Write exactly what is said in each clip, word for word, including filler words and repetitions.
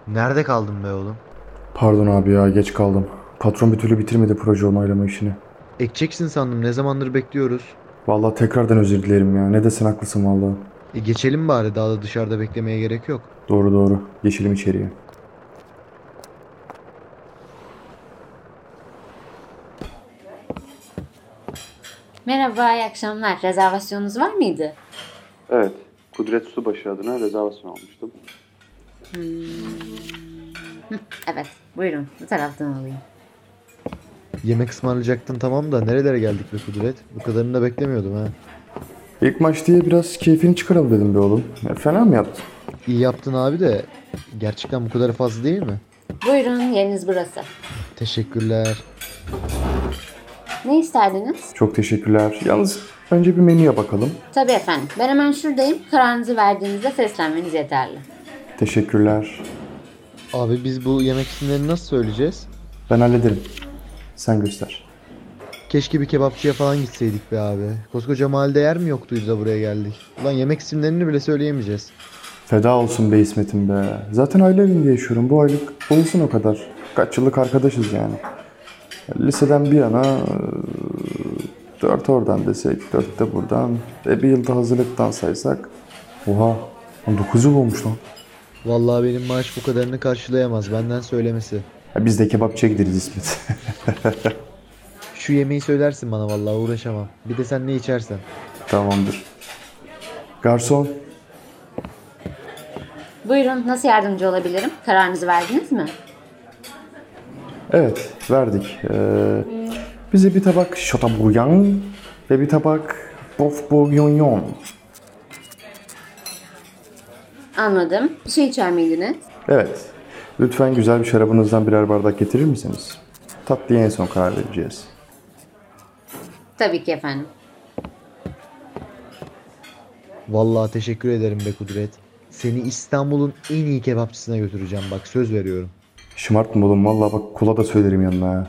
Nerede kaldın be oğlum? Pardon abi ya geç kaldım. Patron bir türlü bitirmedi proje onaylama işini. Ekeceksin sandım. Ne zamandır bekliyoruz. Vallahi tekrardan özür dilerim ya. Ne desen haklısın vallahi. E geçelim bari. Daha da dışarıda beklemeye gerek yok. Doğru doğru. Geçelim içeriye. Merhaba, iyi akşamlar. Rezervasyonunuz var mıydı? Evet. Kudret Subaşı adına rezervasyon almıştım. Evet, buyurun. Bu taraftan alayım. Yemek ısmarlayacaktın tamam da nerelere geldik be Kudret? Bu kadarını da beklemiyordum ha. İlk maç diye biraz keyfini çıkaralım dedim be oğlum. Ya, fena mı yaptın? İyi yaptın abi de gerçekten bu kadar fazla değil mi? Buyurun, yeriniz burası. Teşekkürler. Ne isterdiniz? Çok teşekkürler. Yalnız önce bir menüye bakalım. Tabii efendim. Ben hemen şuradayım. Kararınızı verdiğinizde seslenmeniz yeterli. Teşekkürler. Abi biz bu yemek isimlerini nasıl söyleyeceğiz? Ben hallederim. Sen göster. Keşke bir kebapçıya falan gitseydik be abi. Koskoca mahallede yer mi yoktuydu da buraya geldik? Ulan yemek isimlerini bile söyleyemeyeceğiz. Feda olsun be İsmet'im be. Zaten aile evinde yaşıyorum. Bu aylık olsun o kadar. Kaç yıllık arkadaşız yani. Liseden bir yana e, dört oradan desek, dört de buradan. E bir yılda hazırlıktan saysak. Oha, dokuz yıl olmuş lan. Vallahi benim maaş bu kadarını karşılayamaz. Benden söylemesi. Ya biz de kebapçıya gideriz İsmet. Şu yemeği söylersin bana vallahi uğraşamam. Bir de sen ne içersen. Tamamdır. Garson, Buyurun, nasıl yardımcı olabilirim? Kararınızı verdiniz mi? evet verdik. Ee, bize bir tabak şotaburyan ve bir tabak bof bourguignon. Anladım. Bir şey içer miydiniz? Evet. Lütfen güzel bir şarabınızdan birer bardak getirir misiniz? Tatlıya en son karar vereceğiz. Tabii ki efendim. Vallahi teşekkür ederim be Kudret. Seni İstanbul'un en iyi kebapçısına götüreceğim bak söz veriyorum. Şımartma oğlum. Vallahi bak kula da söylerim yanına. Ha.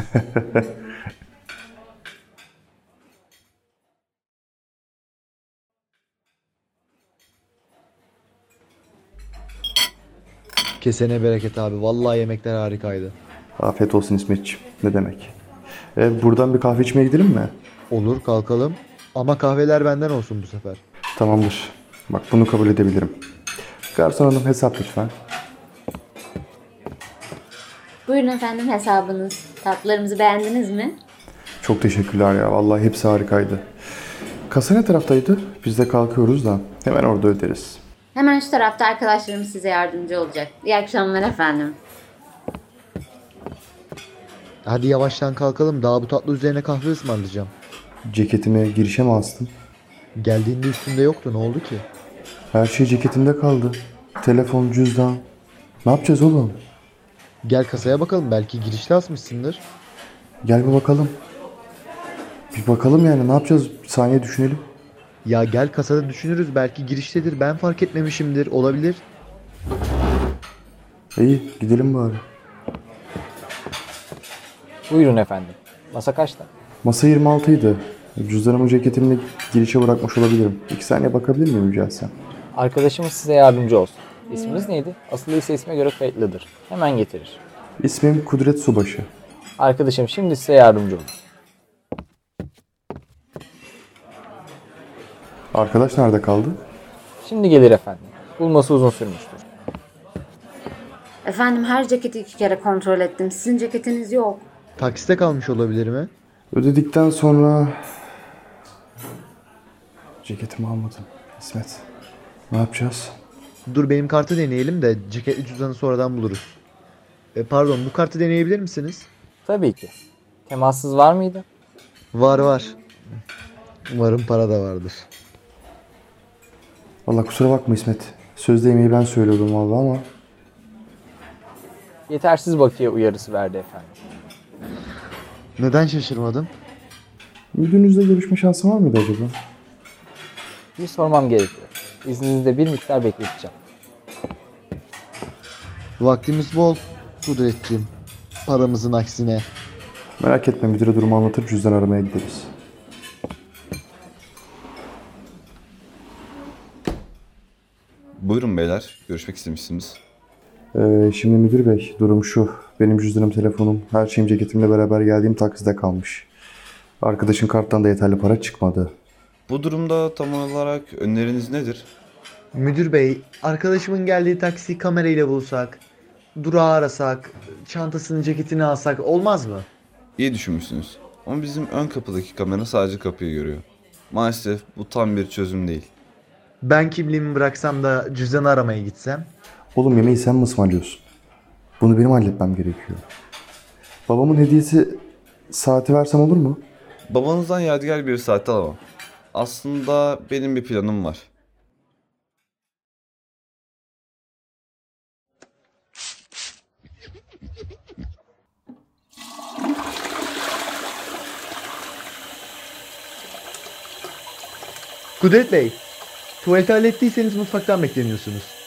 Kesene bereket abi. Vallahi yemekler harikaydı. Afiyet olsun İsmetciğim. Ne demek? E, buradan bir kahve içmeye gidelim mi? Olur kalkalım. Ama kahveler benden olsun bu sefer. Tamamdır. Bak bunu kabul edebilirim. Garson hanım hesap lütfen. Buyurun efendim hesabınız. Tatlılarımızı beğendiniz mi? Çok teşekkürler ya. Vallahi hepsi harikaydı. Kasa ne taraftaydı? Biz de kalkıyoruz da. Hemen orada öderiz. Hemen şu tarafta arkadaşlarım size yardımcı olacak. İyi akşamlar efendim. Hadi yavaştan kalkalım. Daha bu tatlı üzerine kahve ısmarlayacağım. Ceketimi girişe mi astın? Geldiğinde üstünde yoktu. Ne oldu ki? Her şey ceketimde kaldı. Telefon, cüzdan. Ne yapacağız oğlum? Gel kasaya bakalım. Belki girişte asmışsındır. Gel bir bakalım. Bir bakalım yani ne yapacağız? Bir saniye düşünelim. Ya gel kasada düşünürüz. Belki giriştedir. Ben fark etmemişimdir. Olabilir. İyi gidelim bari. Buyurun efendim. Masa kaçta? Masa yirmi altı idi. Cüzdanımı ceketimle girişe bırakmış olabilirim. İki saniye bakabilir miyim rica etsem? Arkadaşımız size yardımcı olsun. İsminiz neydi? Asıl ise isme göre kayıtlıdır. Hemen getirir. İsmim Kudret Subaşı. Arkadaşım şimdi size yardımcı olur. Arkadaş nerede kaldı? Şimdi gelir efendim. Bulması uzun sürmüştür. Efendim her ceketi iki kere kontrol ettim. Sizin ceketiniz yok. Taksite kalmış olabilir mi? Ödedikten sonra... Ceketimi almadım. İsmet. Ne yapacağız? Dur benim kartı deneyelim de ceketli cüzdanı sonradan buluruz. E, pardon bu kartı deneyebilir misiniz? Tabii ki. Temassız var mıydı? Var var. Umarım para da vardır. Vallahi kusura bakma İsmet. Sözde yemeği ben söylüyordum vallahi ama... Yetersiz bakiye uyarısı verdi efendim. Neden şaşırmadın? Müdürünüzle görüşme şansı var mıydı acaba? Bir sormam gerekiyor. İzninizle bir miktar bekleteceğim. Vaktimiz bol Kudretciğim. Paramızın aksine. Merak etme müdüre durumu anlatır cüzdan aramaya gideriz. Buyurun beyler, görüşmek istemişsiniz. Ee, şimdi müdür bey, durum şu. Benim cüzdanım, telefonum, her şeyim ceketimle beraber geldiğim takside kalmış. Arkadaşın karttan da yeterli para çıkmadı. Bu durumda tam olarak öneriniz nedir? Müdür bey, arkadaşımın geldiği taksiyi kamerayla bulsak, durağı arasak, çantasını, ceketini alsak olmaz mı? İyi düşünmüşsünüz. Ama bizim ön kapıdaki kamera sadece kapıyı görüyor. Maalesef bu tam bir çözüm değil. Ben kimliğimi bıraksam da cüzdanı aramaya gitsem? Oğlum yemeği sen mi ısmarlıyorsun? Bunu benim halletmem gerekiyor. Babamın hediyesi saati versem olur mu? Babanızdan yadigar bir saat alamam. Aslında benim bir planım var. Kudret Bey, tuvaleti hallettiyseniz mutfaktan bekleniyorsunuz.